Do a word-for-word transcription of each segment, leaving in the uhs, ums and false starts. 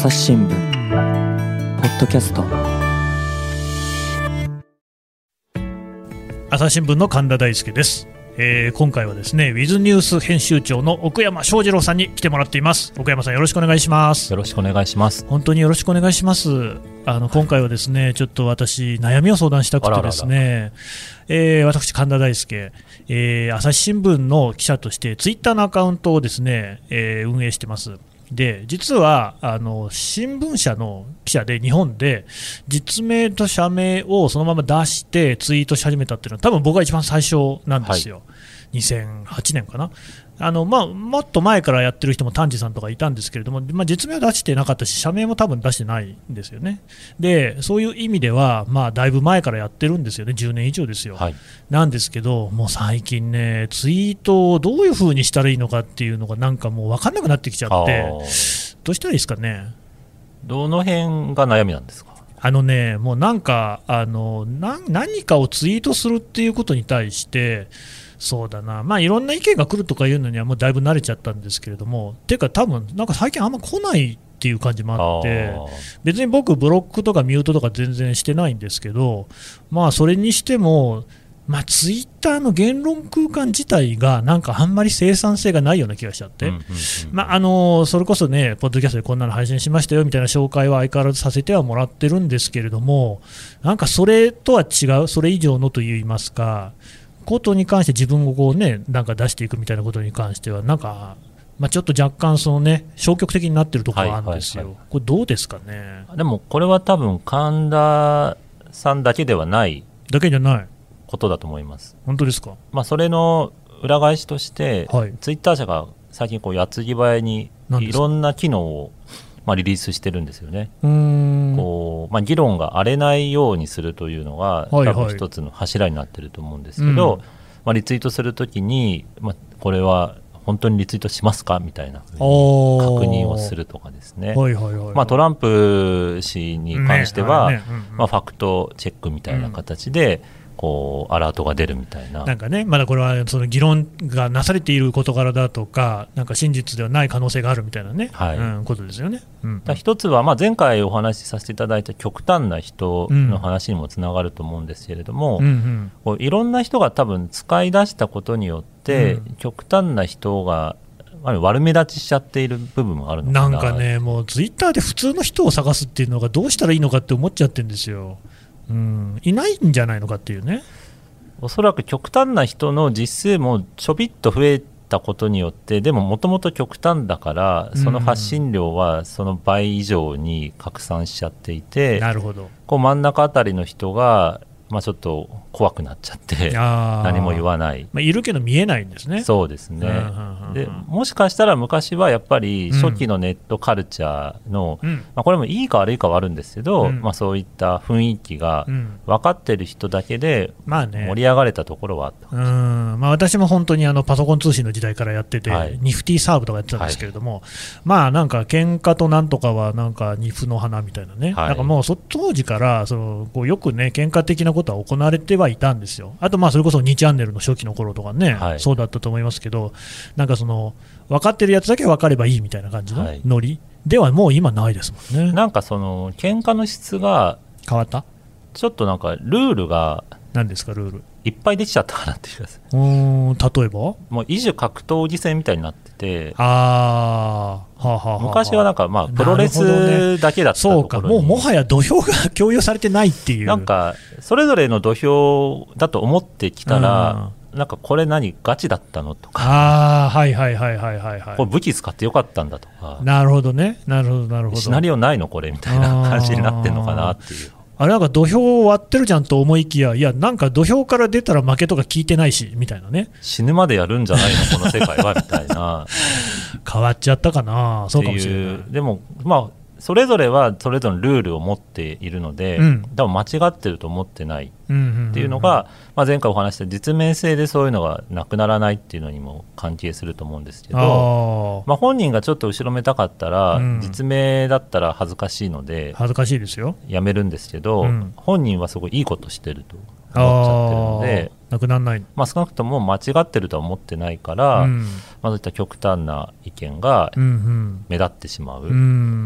朝日新聞ポッドキャスト。 朝日新聞の神田大輔です。えー、今回はですね、ウィズニュース編集長の奥山翔二郎さんに来てもらっています。奥山さん、よろしくお願いします。 よろしくお願いします。 本当によろしくお願いします。あの今回はですね、ちょっと私悩みを相談したくてですね、えー、私神田大輔、えー、朝日新聞の記者としてツイッターのアカウントをですね、えー、運営してます。で実はあの新聞社の記者で日本で実名と社名をそのまま出してツイートし始めたっていうのは多分僕が一番最初なんですよ、はい、にせんはちねんかな。あの、まあ、もっと前からやってる人も丹治さんとかいたんですけれども、まあ、実名は出してなかったし社名も多分出してないんですよね。でそういう意味では、まあ、だいぶ前からやってるんですよね。じゅうねん以上ですよ、はい、なんですけどもう最近ねツイートをどういう風にしたらいいのかっていうのがなんかもう分かんなくなってきちゃって、どうしたらいいですかね。 どの辺が悩みなんですか。 あのね、もうなんかあのな何かをツイートするっていうことに対してそうだな、まあ、いろんな意見が来るとかいうのにはもうだいぶ慣れちゃったんですけれども、ていうか多分なんか最近あんま来ないっていう感じもあって、別に僕ブロックとかミュートとか全然してないんですけど、まあそれにしても、まあ、ツイッターの言論空間自体がなんかあんまり生産性がないような気がしちゃって、まあ、あのそれこそねポッドキャストでこんなの配信しましたよみたいな紹介は相変わらずさせてはもらってるんですけれども、なんかそれとは違う、それ以上のといいますかことに関して自分をこう、ね、なんか出していくみたいなことに関してはなんか、まあ、ちょっと若干その、ね、消極的になっているところがあるんですよ、はいはいはい、これどうですかね。 でもこれは多分神田さんだけではないだけじゃないことだと思います。 本当ですか。 まあ、それの裏返しとして、 はい、 ツイッター社が最近こう矢継ぎ早にいろんな機能をまあ、リリースしてるんですよね。 うーんこう、まあ、議論が荒れないようにするというのが、はいはい、多分一つの柱になってると思うんですけど、うんまあ、リツイートするときに、まあ、これは本当にリツイートしますかみたいな確認をするとかですね、はいはいはいはい、まあ、トランプ氏に関しては、ねはいねうんうんまあ、ファクトチェックみたいな形で、うんこうアラートが出るみたいな、 なんかね、まだこれはその議論がなされている事柄だとか、なんか真実ではない可能性があるみたいなね、はいうん、ことですよね。うん、 だ一つは、まあ、前回お話しさせていただいた極端な人の話にもつながると思うんですけれども、うんうん、こういろんな人が多分使い出したことによって、うん、極端な人が悪目立ちしちゃっている部分もあるのかな。 なんかね、もうツイッターで普通の人を探すっていうのがどうしたらいいのかって思っちゃってるんですよ。うん、いないんじゃないのかっていうね。 おそらく極端な人の実数もちょびっと増えたことによって、でももともと極端だからその発信量はその倍以上に拡散しちゃっていて、 うん、なるほど。 こう真ん中あたりの人がまあ、ちょっと怖くなっちゃって何も言わない、 まあ、いるけど見えないんですね。 そうですね、うんうんうん、でもしかしたら昔はやっぱり初期のネットカルチャーの、うんまあ、これもいいか悪いかはあるんですけど、うんまあ、そういった雰囲気が分かってる人だけで盛り上がれたところはあった、 まあねうんまあ、私も本当にあのパソコン通信の時代からやってて、はい、ニフティサーブとかやってたんですけれども、はい、まあなんか喧嘩となんとかはなんかニフの花みたいなね、はい、なんかもうそ当時からそのこうよくね喧嘩的なことは行われてはいたんですよ。あとまあそれこそにチャンネルの初期の頃とかね、はい、そうだったと思いますけど、なんかその分かってるやつだけ分かればいいみたいな感じのノリではもう今ないですもんね。 なんかその喧嘩の質が変わった。 ちょっとなんかルールが何ですかルールいっぱいできちゃったかなっていうか、 うーん例えばもう異種格闘技戦みたいになってて、 あーはあはあはあ、 昔はなんかまあプロレスだけだったところに、 そうかもうもはや土俵が共有されてないっていう、 なんかそれぞれの土俵だと思ってきたら、うん、なんかこれ何ガチだったのとか、 あーはいはいはいはいはいはい、 これ武器使ってよかったんだとか、 なるほどねなるほどなるほど、 シナリオないのこれみたいな感じになってんのかなっていう。 あれなんか土俵を割ってるじゃんと思いきや、いやなんか土俵から出たら負けとか聞いてないしみたいなね、 死ぬまでやるんじゃないのこの世界はみたいな変わっちゃったかな。そうかもしれない。 でもまあそれぞれはそれぞれのルールを持っているので、うん、多分間違ってると思ってないっていうのが、まあ、前回お話した実名制でそういうのがなくならないっていうのにも関係すると思うんですけど、まあ、本人がちょっと後ろめたかったら、うん、実名だったら恥ずかしいので恥ずかしいですよやめるんですけど、うん、本人はすごいいいことしてると思っちゃってるので、 なくならない、 まあ、少なくとも間違ってるとは思ってないから、うん、まあ、そういった極端な意見が目立ってしまう、うんうん、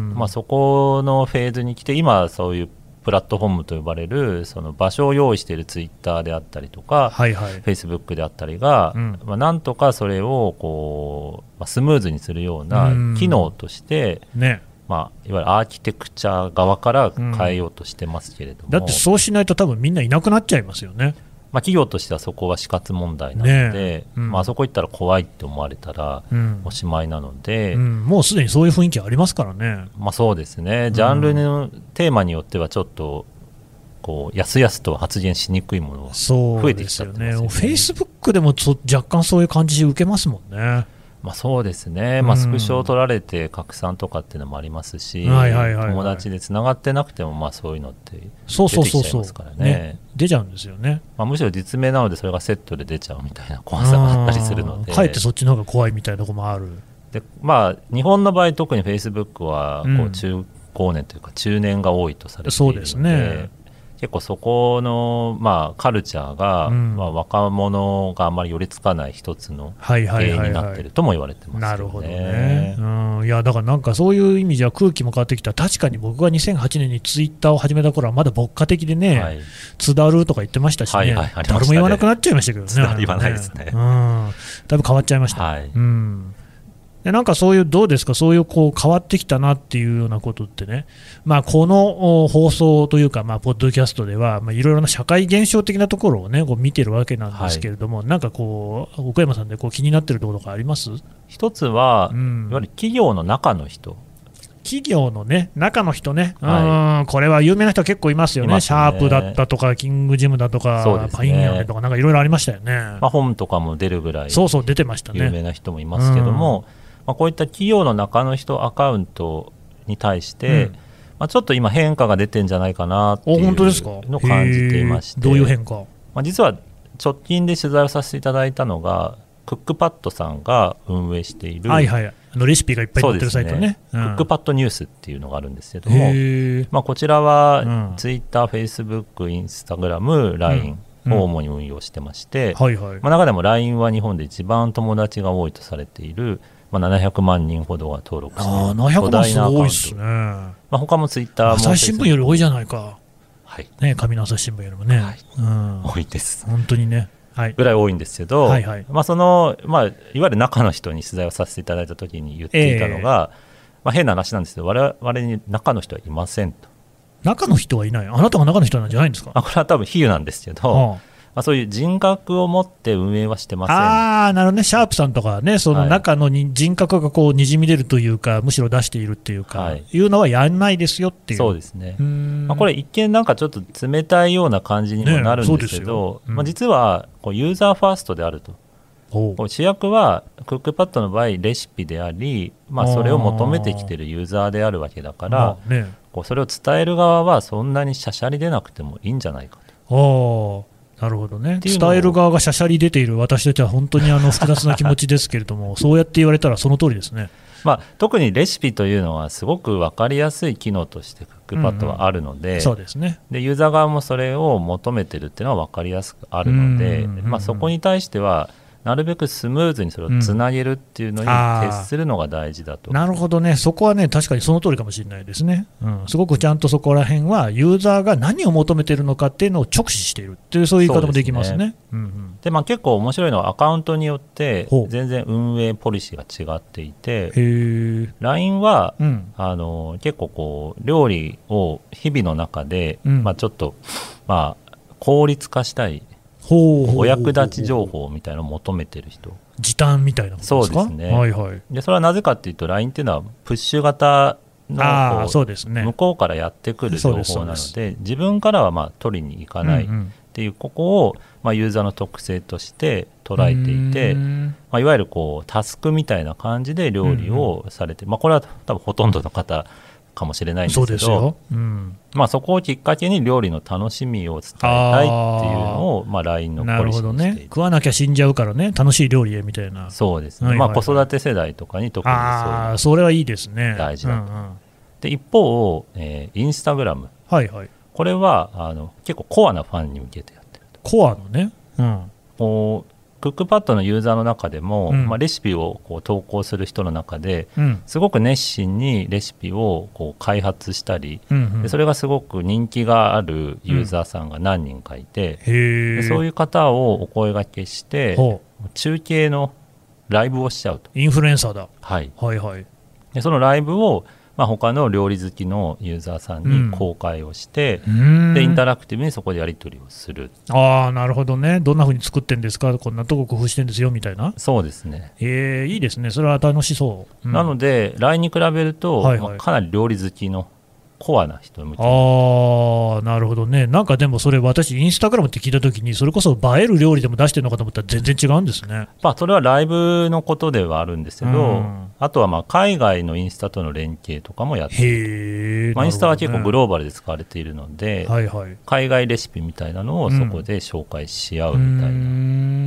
まあ、そこのフェーズに来て今そういうプラットフォームと呼ばれるその場所を用意しているツイッターであったりとか、はいはい、フェイスブックであったりが、うん、まあ、なんとかそれをこう、まあ、スムーズにするような機能として、うんね、まあ、いわゆるアーキテクチャ側から変えようとしてますけれども、うん、 だってそうしないと多分みんないなくなっちゃいますよね。 まあ、企業としてはそこは死活問題なので、ね、うん、まあ、そこ行ったら怖いって思われたらおしまいなので、 うんうん、もうすでにそういう雰囲気ありますからね。 まあ、そうですね、ジャンルのテーマによってはちょっとこうやすやすと発言しにくいものが増えてきちゃってますよね。 フェイスブックでも若干そういう感じ受けますもんね。 まあ、そうですね、まあ、スクショを取られて拡散とかっていうのもありますし、友達でつながってなくてもまあそういうのって出てきちゃいますからね。 出ちゃうんですよね。 まあ、むしろ実名なのでそれがセットで出ちゃうみたいな怖さがあったりするので、 かえってそっちの方が怖いみたいなところもある。 で、まあ、日本の場合特にフェイスブックはこう中高年というか中年が多いとされているので、そうですね、結構そこの、まあ、カルチャーが、うん、まあ、若者があまり寄りつかない一つの原因になっているとも言われてますよね。 なるほどね、うん、いやだからなんかそういう意味じゃ空気も変わってきた。確かに僕がにせんはちねんにツイッターを始めた頃はまだ牧歌的でね、はい、津だるとか言ってましたしね、はいはい、誰も言わなくなっちゃいましたけどね。 津だる言わないですね、 うん、だいぶ変わっちゃいました、はい、うん、でなんかそういうどうですか、そういうこう変わってきたなっていうようなことってね、まあ、この放送というか、まあ、ポッドキャストでは、まあ、いろいろな社会現象的なところを、ね、こう見てるわけなんですけれども、はい、なんかこう奥山さんでこう気になってるところとかあります？ 一つは、うん、いわゆる企業の中の人、 企業の、ね、中の人ね、はい、うん、これは有名な人結構いますよ ね, いますね。シャープだったとかキングジムだとか、ね、パインアメとかなんかいろいろありましたよね。 まあ、本とかも出るぐらいそうそう出てましたね。 有名な人もいますけども、うん、まあ、こういった企業の中の人アカウントに対して、うん、まあ、ちょっと今変化が出てるんじゃないかなっていうのを感じていまして、 どういう変化？ まあ、実は直近で取材をさせていただいたのがクックパッドさんが運営している、 はいはい、あのレシピがいっぱい載ってるサイト ね, ね、 うん、クックパッドニュースっていうのがあるんですけども、まあ、こちらはツイッター、フェイスブック、インスタグラム、ラインを主に運用してまして、うんうん、はいはい、まあ、中でも ライン は日本で一番友達が多いとされている、まあ、ななひゃくまんにんほどが登録している巨大なアカウント、すごいですね。まあ、他もツイッターも朝日新聞より多いじゃないか、はいね、紙の朝日新聞よりもね、はい、うん、 多いです本当にね、はい、 ぐらい多いんですけど、はいはい、まあ、その、まあ、いわゆる中の人に取材をさせていただいたときに言っていたのが、えーまあ、変な話なんですけど、我々に中の人はいませんと。 中の人はいない？あなたが中の人なんじゃないんですか？ あ、これは多分比喩なんですけど、はあ、まあ、そういう人格を持って運営はしてません。 あー、なるほどね。シャープさんとかね、その中のに人格がこうにじみ出るというか、むしろ出しているっていうか、はい、いうのはやんないですよっていう。 そうですね。まあ、これ一見なんかちょっと冷たいような感じにもなるんですけど、ね、うん、まあ、実はこうユーザーファーストであると。主役はクックパッドの場合レシピであり、まあ、それを求めてきているユーザーであるわけだから、まあね、こうそれを伝える側はそんなにしゃしゃり出なくてもいいんじゃないかと。 あなるほどね。伝える側がしゃしゃり出ている私たちは本当にあの複雑な気持ちですけれどもそうやって言われたらその通りですね。 まあ、特にレシピというのはすごく分かりやすい機能としてクックパッドはあるので、 そうですね。 でユーザー側もそれを求めているっていうのは分かりやすくあるので、まあ、そこに対してはなるべくスムーズにそれをつなげるっていうのに徹するのが大事だと、 うん、なるほどね。そこはね確かにその通りかもしれないですね、うん、すごくちゃんとそこら辺はユーザーが何を求めているのかっていうのを直視しているっていうそういう言い方もできますね。で、うんうん、 まあ、結構面白いのはアカウントによって全然運営ポリシーが違っていて、ライン は、うん、あの結構こう料理を日々の中で、うん、まあ、ちょっと、まあ、効率化したいお役立ち情報みたいなのを求めてる人、 時短みたいなことですか？ そうですね、はいはい、でそれはなぜかというと ライン っていうのはプッシュ型のそうです、ね、向こうからやってくる情報なの で, で自分からはまあ取りに行かないっていう、ここをまあユーザーの特性として捉えていて、まあ、いわゆるこうタスクみたいな感じで料理をされて、うんうん、まあ、これは多分ほとんどの方かもしれないんですけど、そうですよ、うん、まあ、そこをきっかけに料理の楽しみを伝えたいっていうのをまあ ライン のポリシーにしていて、なるほどね。 食わなきゃ死んじゃうからね楽しい料理へみたいな。 そうですね、はいはいはい、まあ、子育て世代とかに特にそういうのあそれはいいですね、 大事だと、うんうん、で一方、えー、インスタグラム、はいはい、これはあの結構コアなファンに向けてやってると。 コアのね、うん、 こうクックパッドのユーザーの中でも、 うんまあ、レシピをこう投稿する人の中で、 うん、 すごく熱心にレシピをこう開発したり、 うんうん、 でそれがすごく人気があるユーザーさんが何人かいて、 うん、 でそういう方をお声掛けして中継のライブをしちゃうと。 インフルエンサーだ、 はい、 はいはい。 でそのライブをまあ、他の料理好きのユーザーさんに公開をして、うん、でインタラクティブにそこでやり取りをする。 ああ、なるほどね。どんな風に作ってるんですか、こんなとこ工夫してるんですよみたいな。 そうですね。 えー、いいですね。それは楽しそう、 うん、なので ライン に比べると、はいはい、まあ、かなり料理好きのコアな人向け。 ああ、なるほどね。なんかでもそれ私インスタグラムって聞いたときにそれこそ映える料理でも出してるのかと思ったら全然違うんですね。 まあ、それはライブのことではあるんですけど、うん、あとはまあ海外のインスタとの連携とかもやっている。まあ、インスタは結構グローバルで使われているので、はいはい、海外レシピみたいなのをそこで紹介し合うみたいな、うん、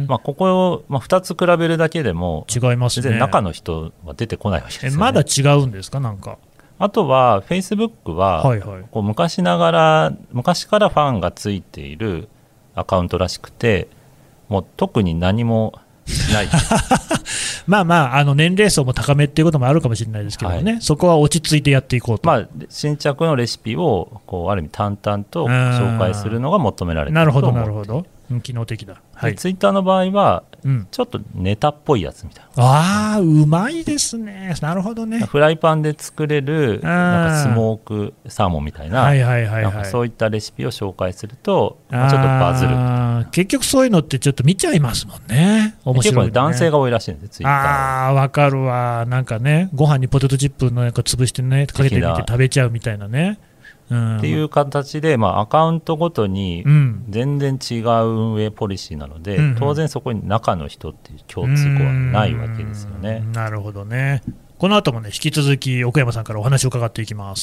まあ、ここを、まあ、ふたつ比べるだけでも違いますね。 全然中の人は出てこないわけですよね。 えまだ違うんですか。なんかあとは Facebook は、はいはい、こう昔ながら昔からファンがついているアカウントらしくて、もう特に何もしないまあまあ、あの年齢層も高めっていうこともあるかもしれないですけどね、はい、そこは落ち着いてやっていこうと、 まあ、新着のレシピをこうある意味淡々と紹介するのが求められていると思って。 なるほどなるほど、機能的だ、 はい、ツイッターの場合は、うん、ちょっとネタっぽいやつみたいな。 ああ、うまいですね。なるほどね。 フライパンで作れるなんかスモークサーモンみたいな、はいはいはいはい、なんかそういったレシピを紹介すると、まあ、ちょっとバズる。 結局そういうのってちょっと見ちゃいますもんね。面白いね。 結構男性が多いらしいんですよ、ツイッター。 ああ、わかるわ。なんかね、ご飯にポテトチップのなんか潰してね、かけてみて食べちゃうみたいなね。うん、 っていう形で、まあ、アカウントごとに全然違う運営ポリシーなので、うん、当然そこに中の人っていう共通項はないわけですよね。 なるほどね。この後もね、引き続き奥山さんからお話を伺っていきます。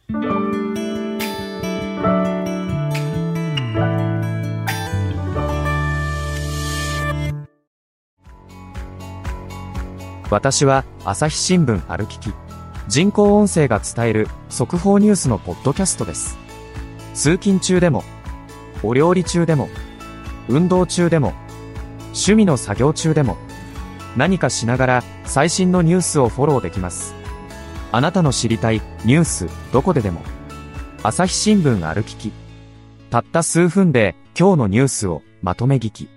私は朝日新聞ある聞き、人工音声が伝える速報ニュースのポッドキャストです。通勤中でも、お料理中でも、運動中でも、趣味の作業中でも、何かしながら最新のニュースをフォローできます。あなたの知りたいニュースどこででも、朝日新聞ある聞き。たった数分で今日のニュースをまとめ聞き。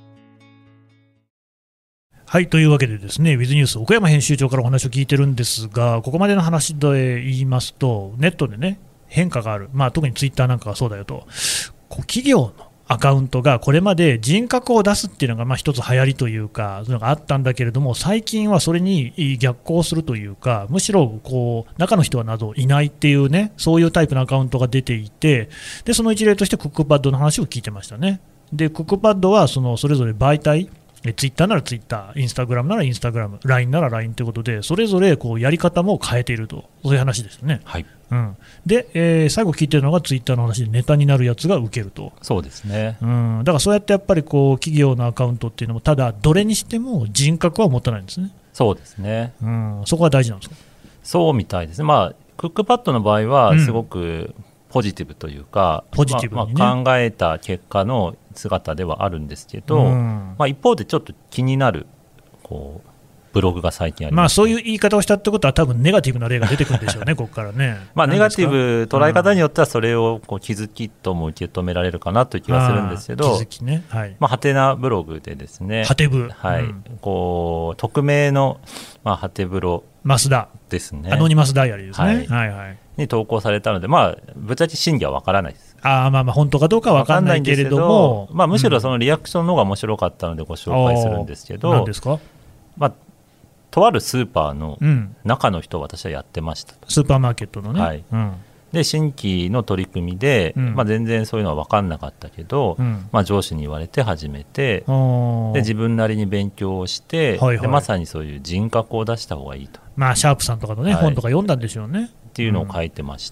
はい、というわけでですね、ウィズニュース岡山編集長からお話を聞いてるんですが、ここまでの話で言いますと、ネットでね、変化がある、まあ、特にツイッターなんかがそうだよと、こう企業のアカウントがこれまで人格を出すっていうのがまあ一つ流行りというか、そういうのがあったんだけれども、最近はそれに逆行するというか、むしろこう中の人はなどいないっていうね、そういうタイプのアカウントが出ていて、でその一例としてクックパッドの話を聞いてましたね。でクックパッドはそのそれぞれ媒体、ツイッターならツイッター、インスタグラムならインスタグラム、ラインならラインということで、それぞれこうやり方も変えていると、そういう話ですね。 はい、 うん、で、えー、最後聞いてるのがツイッターの話でネタになるやつが受けると。 そうですね、 うん、だからそうやってやっぱりこう企業のアカウントっていうのも、ただどれにしても人格は持たないんですね。 そうですね、 うん、そこは大事なんですか。 そうみたいですね。まあクックパッドの場合はすごくポジティブというか、 うん、ポジティブにね、 まあ、考えた結果の姿ではあるんですけど、うん、まあ、一方でちょっと気になるこうブログが最近あります、ね。 まあ、そういう言い方をしたってことは多分ネガティブな例が出てくるんでしょうねここからね。 まあネガティブ捉え方によってはそれをこう気づきとも受け止められるかなという気がするんですけど、 気づきね、はい、 まあ、ハテナブログでですね、 ハテブ、 はい、 うん、 こう匿名の、まあ、ハテブロ増田ですね、 アノニマスダイアリーですね、 はいはいはい、 に投稿されたので、まあ、ぶっちゃけ真偽は分からないです。 あまあまあ本当かどうかは分からないけれども、 まあ、むしろそのリアクションの方が面白かったのでご紹介するんですけど、 うん、何ですか。 まあ、とあるスーパーの中の人を私はやってました、うん、 スーパーマーケットのね、 はい、 うん、 で新規の取り組みで、うん、まあ、全然そういうのは分かんなかったけど、うん、まあ、上司に言われて始めて、で自分なりに勉強をして、はいはい、でまさにそういう人格を出した方がいいと、 まあ、シャープさんとかの、ね、はい、本とか読んだんでしょうねっていうのを書いてまして、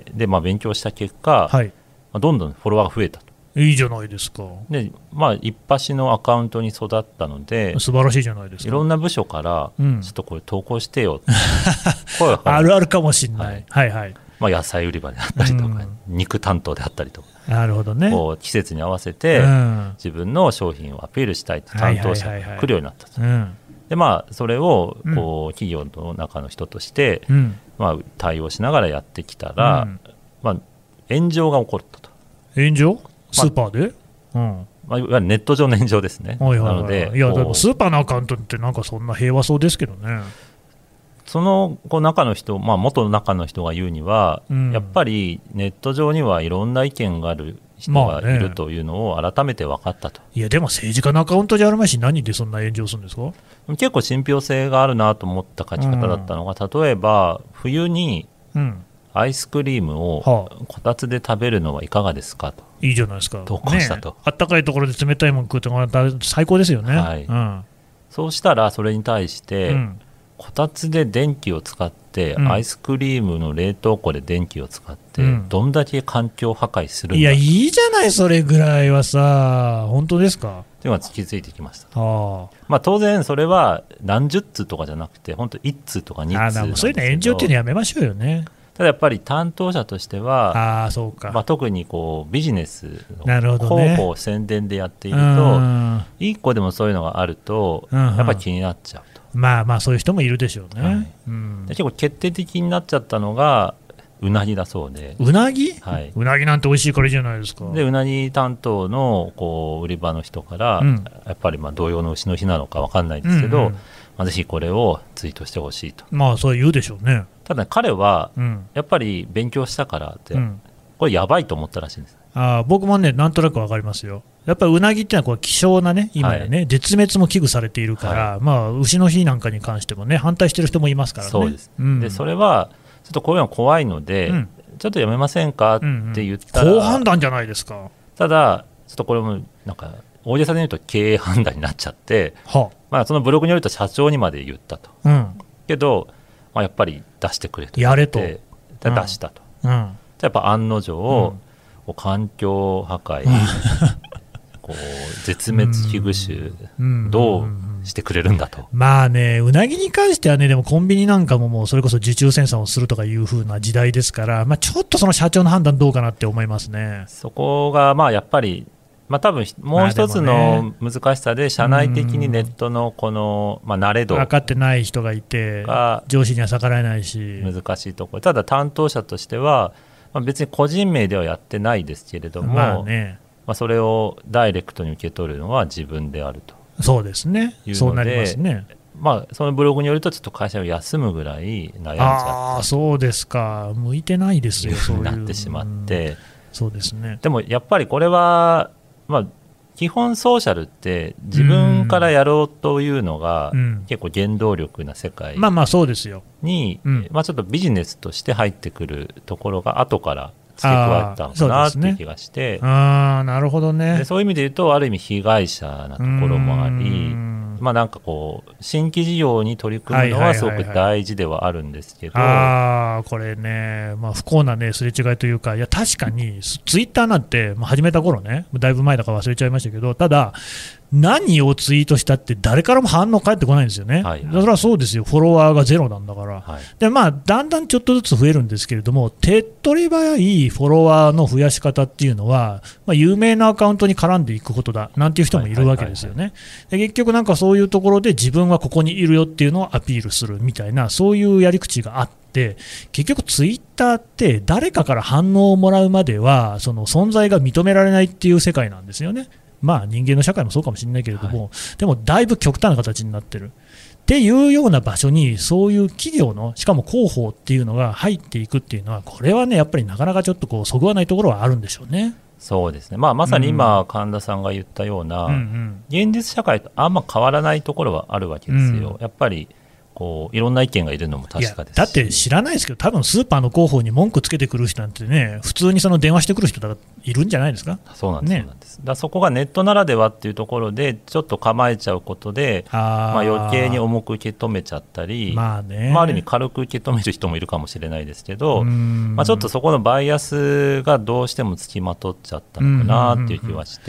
うん、でまあ、勉強した結果、はい、まあ、どんどんフォロワーが増えたと。 いいじゃないですか。 で、まあ、一発のアカウントに育ったので、 素晴らしいじゃないですか。 いろんな部署から、うん、ちょっとこれ投稿してよ声があるあるかもしれない、はい、はいはい、 まあ、野菜売り場であったりとか、うん、肉担当であったりとか、 なるほど、ね、 こう季節に合わせて自分の商品をアピールしたいと担当者が来るようになったと。でまあ、それをこう企業の中の人として、うんまあ、対応しながらやってきたら、うんまあ、炎上が起こったと。 炎上スーパーで、まあうんまあ、いわゆるネット上の炎上ですね。 はいはいはい、なのでいやでもスーパーのアカウントってなんかそんな平和そうですけどね。 そのこう中の人、まあ、元中の人が言うには、うん、やっぱりネット上にはいろんな意見がある人がいるというのを改めて分かったと、まあね、いやでも政治家のアカウントじゃあるまいし何でそんな炎上するんですか。 結構信憑性があるなと思った書き方だったのが、うん、例えば冬にアイスクリームをこたつで食べるのはいかがですかと、 いいじゃないですか。 投稿したと、 ね、あったかいところで冷たいもの食うと最高ですよね、 はいうん、そうしたらそれに対して、うん、こたつで電気を使って、うん、アイスクリームの冷凍庫で電気を使って、うん、どんだけ環境破壊するんだ。 いやいいじゃないそれぐらいはさ。本当ですかというのが突きついてきました。あ、まあ、当然それは何十通とかじゃなくて本当いち通とかに通なんですけど、 そういうの炎上っていうのやめましょうよね。 ただやっぱり担当者としてはあそうか、 まあ、特にこうビジネスの広報宣伝でやっていると、いっこでもそういうのがあるとやっぱり気になっちゃうと。 まあまあそういう人もいるでしょうね、はいうん、結構決定的になっちゃったのがうなぎだそうで。 うなぎ、 はい、 うなぎなんて美味しいからいいじゃないですか。 でうなぎ担当のこう売り場の人から、うん、やっぱりまあ同様の牛の日なのか分かんないですけど、うんうんまあ、ぜひこれをツイートしてほしいと。 まあそう言うでしょうね。 ただ、ね、彼はやっぱり勉強したからって、うん、これやばいと思ったらしいんです。 あ僕もねなんとなく分かりますよ。やっぱりうなぎっていうのはこう希少なね今やね、はい、絶滅も危惧されているから、はいまあ、牛の日なんかに関してもね反対してる人もいますからね。 そうです、うん、でそれはちょっとこういうの怖いので、うん、ちょっとやめませんかって言ったら、 うんうん、好判断じゃないですか。 ただちょっとこれもなんか大げさで言うと経営判断になっちゃって、はまあ、そのブログによると社長にまで言ったと、うん、けど、まあ、やっぱり出してくれとやれと出したと、うんうん、やっぱ案の定、うん、環境破壊、うんこう絶滅危惧種どうしてくれるんだと。 まあねうなぎに関してはねでもコンビニなんかももうそれこそ受注生産をするとかいう風な時代ですから、まあ、ちょっとその社長の判断どうかなって思いますね。 そこがまあやっぱりまあ多分もう一つの難しさで社内的にネットのこのまあ慣れ度分かってない人がいて上司には逆らえないし難しいところ。ただ担当者としてはまあ別に個人名ではやってないですけれども、まあねまあ、それをダイレクトに受け取るのは自分であると。 そうですね。そうなりますね。 まあ、そのブログによるとちょっと会社を休むぐらい悩んじゃった。 ああそうですか。向いてないですよそういうなってしまって、うん、 そうですね。 でもやっぱりこれは、まあ、基本ソーシャルって自分からやろうというのが結構原動力な世界に、 まあまあそうですよ。 に、まあ、ちょっとビジネスとして入ってくるところが後から付け加えたのかなっていう気がして、 ああなるほどね。 でそういう意味で言うとある意味被害者なところもあり、まあなんかこう新規事業に取り組むのはすごく大事ではあるんですけど、 あこれね、まあ、不幸なねすれ違いというか、いや確かにツイッターなんて、まあ、始めた頃ねだいぶ前だから忘れちゃいましたけど、ただ何をツイートしたって誰からも反応返ってこないんですよね、はいはい、それはそうですよ、フォロワーがゼロなんだから、はい、でまあ、だんだんちょっとずつ増えるんですけれども、手っ取り早いフォロワーの増やし方っていうのは、まあ、有名なアカウントに絡んでいくことだなんていう人もいるわけですよね。で結局なんかそういうところで自分はここにいるよっていうのをアピールするみたいな、そういうやり口があって、結局ツイッターって誰かから反応をもらうまではその存在が認められないっていう世界なんですよね。まあ人間の社会もそうかもしれないけれども、はい、でもだいぶ極端な形になってるっていうような場所に、そういう企業のしかも広報っていうのが入っていくっていうのは、これはねやっぱりなかなかちょっとこうそぐわないところはあるんでしょうね。 そうですね、まあ、まさに今、うん、神田さんが言ったような、うんうん、現実社会とあんま変わらないところはあるわけですよ、うん、やっぱりこういろんな意見がいるのも確かですし、 だって知らないですけど、多分スーパーの広報に文句つけてくる人なんてね、普通にその電話してくる人がいるんじゃないですか。 そうなんです、ね、そうなんです。だからそこがネットならではっていうところでちょっと構えちゃうことで、あ、まあ、余計に重く受け止めちゃったり、まあね、まあ、ある意味軽く受け止める人もいるかもしれないですけど、まあ、ちょっとそこのバイアスがどうしてもつきまとっちゃったのかなっていう気はして、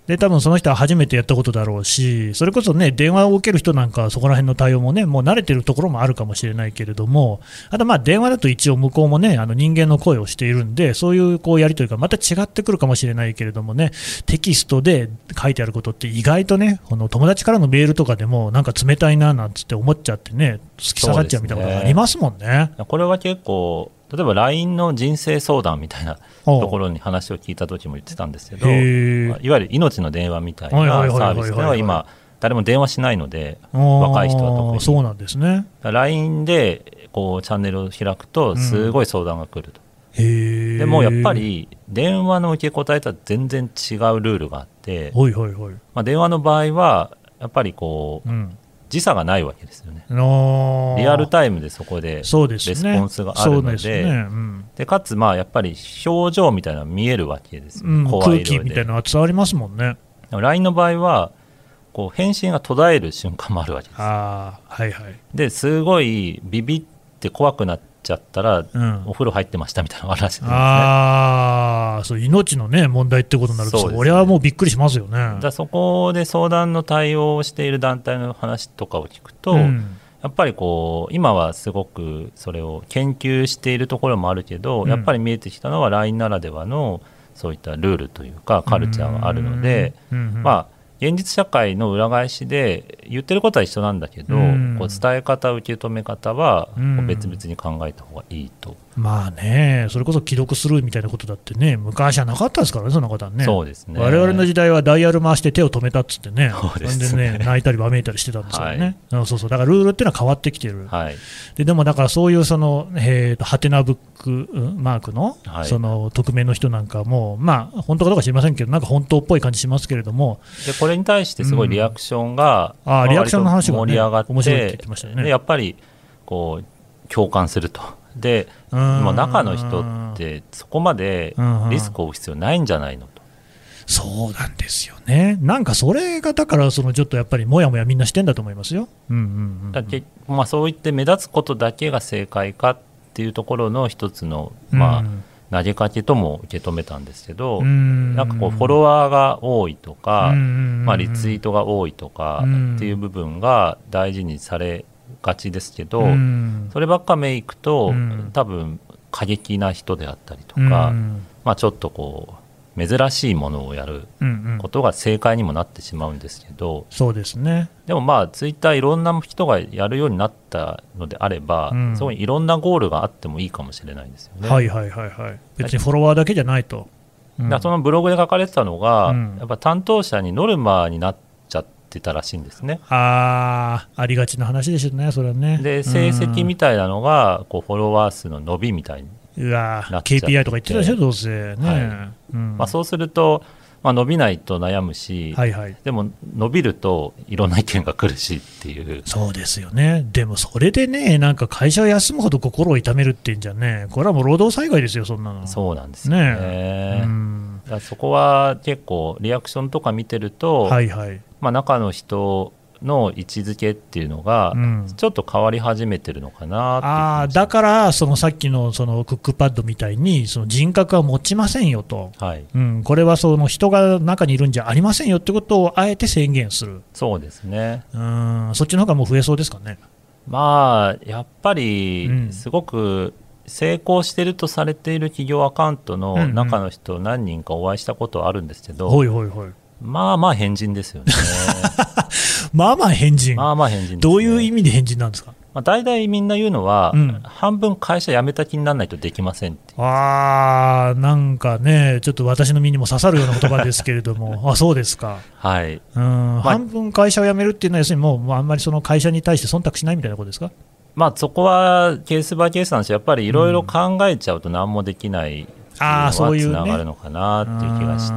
で多分その人は初めてやったことだろうし、それこそね電話を受ける人なんかはそこら辺の対応もねもう慣れてるところもあるかもしれないけれども、あとまあ電話だと一応向こうもねあの人間の声をしているんで、そういうこうやり取りがまた違ってくるかもしれないけれどもね、テキストで書いてあることって意外とねこの友達からのメールとかでもなんか冷たいななんつって思っちゃってね突き刺さっちゃうみたいなことがありますもんね。 これは結構例えば ライン の人生相談みたいなところに話を聞いた時も言ってたんですけど、まあ、いわゆる命の電話みたいなサービスでは今誰も電話しないので、若い人は特にそうなんですね。 ライン でこうチャンネルを開くとすごい相談が来ると、 うん、へでもやっぱり電話の受け答えとは全然違うルールがあって、 ほいほいほい、 まあ、電話の場合はやっぱりこう、うん時差がないわけですよね。リアルタイムでそこでレスポンスがあるの で, で、ねうん、でかつまあやっぱり表情みたいなのが見えるわけですよ、ねうん、 怖い色で空気みたいなのが伝わりますもんね。 ライン の場合はこう返信が途絶える瞬間もあるわけです。 あ、はいはい、 ですごいビビって怖くなっちゃったら、うん、お風呂入ってましたみたいなのがあるらしいですね。 あそう命の、ね、問題ってことになると、それはもうびっくりしますよね。 だそこで相談の対応をしている団体の話とかを聞くと、うん、やっぱりこう今はすごくそれを研究しているところもあるけど、うん、やっぱり見えてきたのは ライン ならではのそういったルールというかカルチャーがあるので、うんうんうん、まあ現実社会の裏返しで言ってることは一緒なんだけど、うん、こう伝え方受け止め方は別々に考えた方がいいと、 うん、まあねそれこそ既読スルーみたいなことだってね昔はなかったですからね、そんなことはね。 そうですね、 我々の時代はダイヤル回して手を止めたっつってね、そうですね、でね泣いたりわめいたりしてたんですよね、はい、そうそうだからルールっていうのは変わってきてる、はい、で, でもだからそういうその、えーとハテナブックマークの、はい、その匿名の人なんかもまあ本当かどうか知りませんけどなんか本当っぽい感じしますけれども、 でこれに対してすごいリアクションが、 うん、あリアクションの話が、ね、 盛り上がって面白いって言ってましたよね。 でやっぱりこう共感すると。でもう中の人ってそこまでリスクを負う必要ないんじゃないのと。 そうなんですよね。なんかそれがだからそのちょっとやっぱりもやもやみんなしてんだと思いますよ、うんうんうんうん、 だけまあ、そういって目立つことだけが正解かっていうところの一つの、まあうん投げかけとも受け止めたんですけど、んなんかこうフォロワーが多いとか、まあ、リツイートが多いとかっていう部分が大事にされがちですけど、そればっかめいくと多分過激な人であったりとか、まあ、ちょっとこう珍しいものをやることが正解にもなってしまうんですけど、うんうん、 そうですね。 でもまあツイッターいろんな人がやるようになったのであれば、うん、そこにいろんなゴールがあってもいいかもしれないですよね。 はいはいはいはい。別にフォロワーだけじゃないと、 うん、だそのブログで書かれてたのが、うん、やっぱ担当者にノルマになっちゃってたらしいんですね。 ああ、ありがちな話でしょうね、それはね。 で成績みたいなのがこうフォロワー数の伸びみたいにうわ ケーピーアイ とか言ってたでしょどうせ、ねはいうんまあ、そうすると、まあ、伸びないと悩むし、はいはい、でも伸びるといろんな意見が来るしっていう。 そうですよね。でもそれでねなんか会社を休むほど心を痛めるっていうんじゃね、これはもう労働災害ですよそんなの。 そうなんですよ ね, ね、うん、だからそこは結構リアクションとか見てると、はいはいまあ、中の人の位置づけっていうのがちょっと変わり始めてるのかなって、うん、 あだからそのさっき の, そのクックパッドみたいにその人格は持ちませんよと、はいうん、これはその人が中にいるんじゃありませんよってことをあえて宣言する。 そうですね。 うんそっちの方がもう増えそうですかね。 まあやっぱりすごく成功しているとされている企業アカウントの中の人何人かお会いしたことはあるんですけど、うんうん、ほいほいほいまあまあ変人ですよねまあまあ変人、 まあまあ変人ですね。 どういう意味で変人なんですか。 まあ、大体みんな言うのは、うん、半分会社辞めた気にならないとできませんって。 あーなんかねちょっと私の身にも刺さるような言葉ですけれどもあそうですか、はいうんまあ、半分会社を辞めるっていうのは要するにもう、もうあんまりその会社に対して忖度しないみたいなことですか。 まあ、そこはケースバイケースなんですよ。やっぱりいろいろ考えちゃうと何もできない、うんあそういうつながるのかなっていう気がして、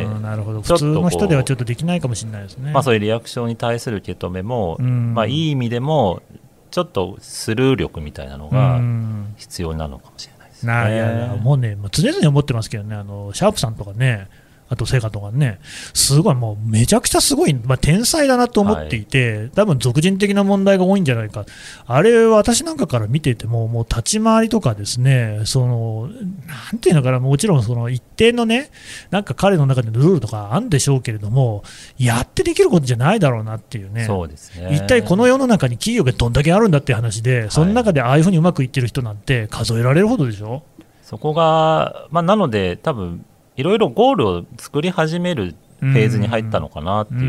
なるほど普通の人ではちょっとできないかもしれないですね。 まあ、そういうリアクションに対する受け止めも、まあ、いい意味でもちょっとスルー力みたいなのが必要なのかもしれないですね。 ないやもうねもう常々思ってますけどね、あのシャープさんとかねあとセガとかね、すごいもうめちゃくちゃすごい、まあ、天才だなと思っていて、はい、多分俗人的な問題が多いんじゃないか、あれ私なんかから見ていても、もう立ち回りとかですね、そのなんていうのかな、もちろんその一定のね、なんか彼の中でのルールとかあるんでしょうけれども、やってできることじゃないだろうなっていうね、 そうですね、 一体この世の中に企業がどんだけあるんだっていう話で、その中でああいうふうにうまくいってる人なんて数えられるほどでしょ。 そこが、まあ、なので多分いろいろゴールを作り始めるフェーズに入ったのかなっていう、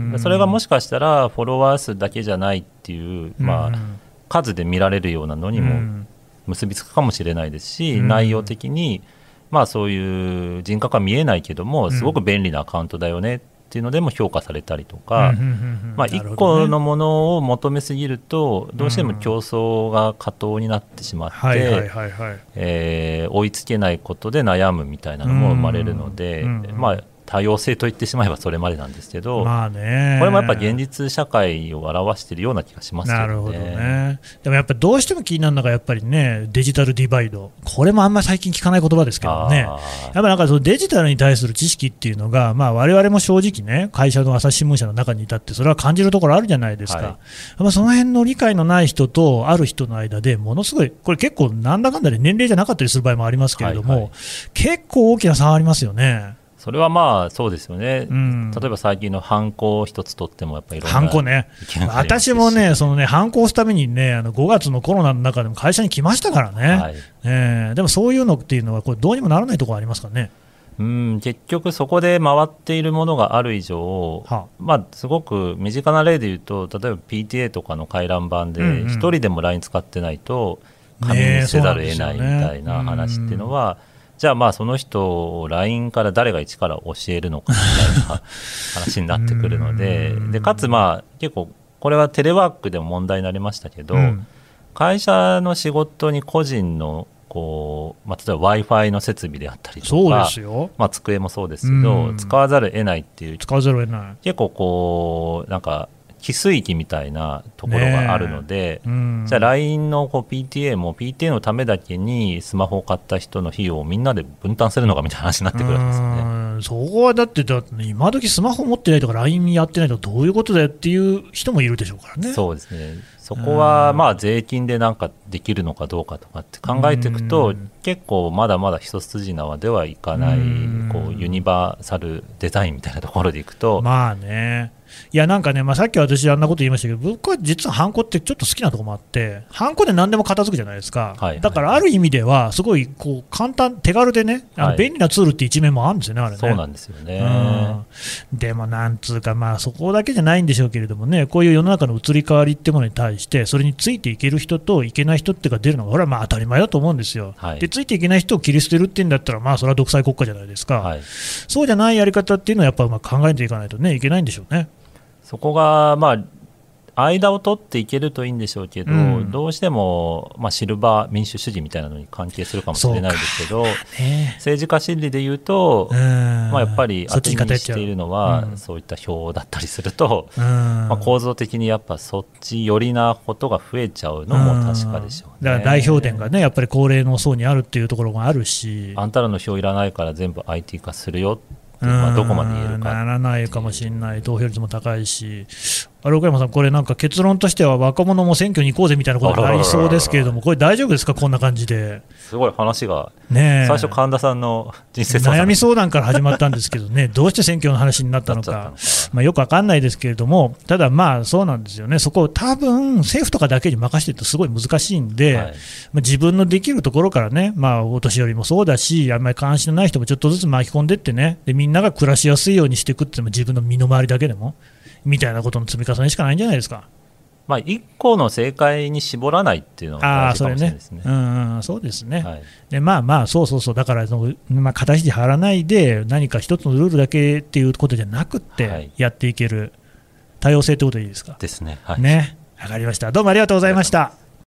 うそれがもしかしたらフォロワー数だけじゃないっていう、まあ、数で見られるようなのにも結びつくかもしれないですし、内容的に、まあ、そういう人格は見えないけどもすごく便利なアカウントだよねっていうのでも評価されたりとか、まあ、いっこのものを求めすぎるとどうしても競争が過当になってしまって追いつけないことで悩むみたいなのも生まれるので、まあ多様性と言ってしまえばそれまでなんですけど、 まあね、 これもやっぱ現実社会を表しているような気がしますけどね。 なるほどね。でもやっぱりどうしても気になるのがやっぱりね、デジタルディバイド、これもあんまり最近聞かない言葉ですけどね、やっぱなんかそのデジタルに対する知識っていうのが、まあ、我々も正直ね、会社の朝日新聞社の中にいたってそれは感じるところあるじゃないですか、はい、まあ、その辺の理解のない人とある人の間でものすごい、これ結構なんだかんだで年齢じゃなかったりする場合もありますけれども、はいはい、結構大きな差がありますよね。 それはまあそうですよね、うん、例えば最近のハンコ一つとってもやっぱりいろんなハンコね、私もね、そのねハンコを押すためにね、あのごがつのコロナの中でも会社に来ましたからね、はい、えー、でもそういうのっていうのはこれどうにもならないところありますかね。 うん、結局そこで回っているものがある以上、はあ、まあ、すごく身近な例で言うと、例えば ピーティーエー とかの回覧板で一人でも ライン 使ってないと紙にせざるを得ないみたいな話っていうのは、じゃあまあその人を ライン から誰が一から教えるのかみたいな話になってくるので、でかつまあ結構これはテレワークでも問題になりましたけど、うん、会社の仕事に個人のこう、まあ、例えば Wi-Fi の設備であったりとか、 そうですよ、 まあ、机もそうですけど、使わざるを得ないっていう、 使わざるを得ない、 結構こうなんか寄水域みたいなところがあるので、うん、じゃあ ライン のこう ピーティーエー も ピーティーエー のためだけにスマホを買った人の費用をみんなで分担するのかみたいな話になってくるんですよね。 うん、そこはだって、だって今時スマホ持ってないとか ライン やってないとかどういうことだよっていう人もいるでしょうからね。 そうですね、そこはまあ税金でなんかできるのかどうかとかって考えていくと、結構まだまだ一筋縄ではいかない、こうユニバーサルデザインみたいなところでいくと、 まあね、いやなんかね、まあ、さっき私あんなこと言いましたけど、僕は実はハンコってちょっと好きなところもあって、ハンコで何でも片付くじゃないですか、はいはい、だからある意味ではすごいこう簡単手軽でね、あの便利なツールって一面もあるんですよね、あれね。 そうなんですよね。 うん、でもなんつうか、まあそこだけじゃないんでしょうけれどもね、こういう世の中の移り変わりってものに対してそれについていける人といけない人っていうのが出るのがこれはまあ当たり前だと思うんですよ、はい、でついていけない人を切り捨てるっていうんだったら、まあそれは独裁国家じゃないですか、はい、そうじゃないやり方っていうのはやっぱうまく考えていかないとねいけないんでしょうね。 そこがまあ間を取っていけるといいんでしょうけど、うん、どうしても、まあ、シルバー民主主義みたいなのに関係するかもしれないですけど、ね、政治家心理でいうと、まあ、やっぱり当てにしているのは、うん、そういった票だったりすると、まあ、構造的にやっぱそっち寄りなことが増えちゃうのも確かでしょうね。 だから代表権がねやっぱり高齢の層にあるっていうところがあるし、 あんたらの票いらないから全部 アイティー 化するよ、まあ、どこまで言えるかならないかもしれない、投票率も高いし、あれ岡山さん、これなんか結論としては若者も選挙に行こうぜみたいなことになりそうですけれども、これ大丈夫ですか、こんな感じで。 すごい話が、ね、最初神田さんの人生相談悩み相談から始まったんですけどねどうして選挙の話になったのかまあよく分かんないですけれども、ただまあそうなんですよね、そこを多分政府とかだけに任せてるとすごい難しいんで、はい、まあ、自分のできるところからね、まあ、お年寄りもそうだし、あんまり関心のない人もちょっとずつ巻き込んでいってね、でみんなが暮らしやすいようにしていくっていうのも自分の身の回りだけでもみたいなことの積み重ねしかないんじゃないですか。 まあ、一個の正解に絞らないっていうのが大事かもしれないですね。 あ、それね、うんうん、そうですね、はい、でまあまあそうそうそう、だからその、まあ、肩肘張らないで何か一つのルールだけっていうことじゃなくってやっていける、はい、多様性ってことでいいですか。 ですね、はい、 ね、わかりました。どうもありがとうございました。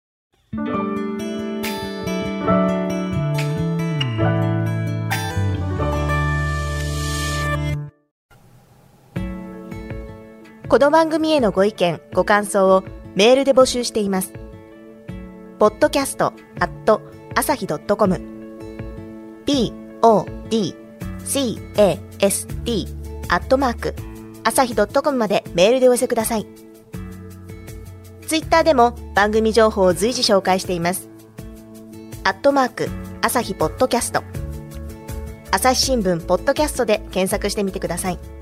この番組へのご意見、ご感想をメールで募集しています。ポッドキャストアットアサヒドットコム ポッドシーエーエスティー アットマーク朝日 .com までメールでお寄せください。ツイッターでも番組情報を随時紹介しています。アットマーク朝日ポッドキャスト、朝日新聞ポッドキャストで検索してみてください。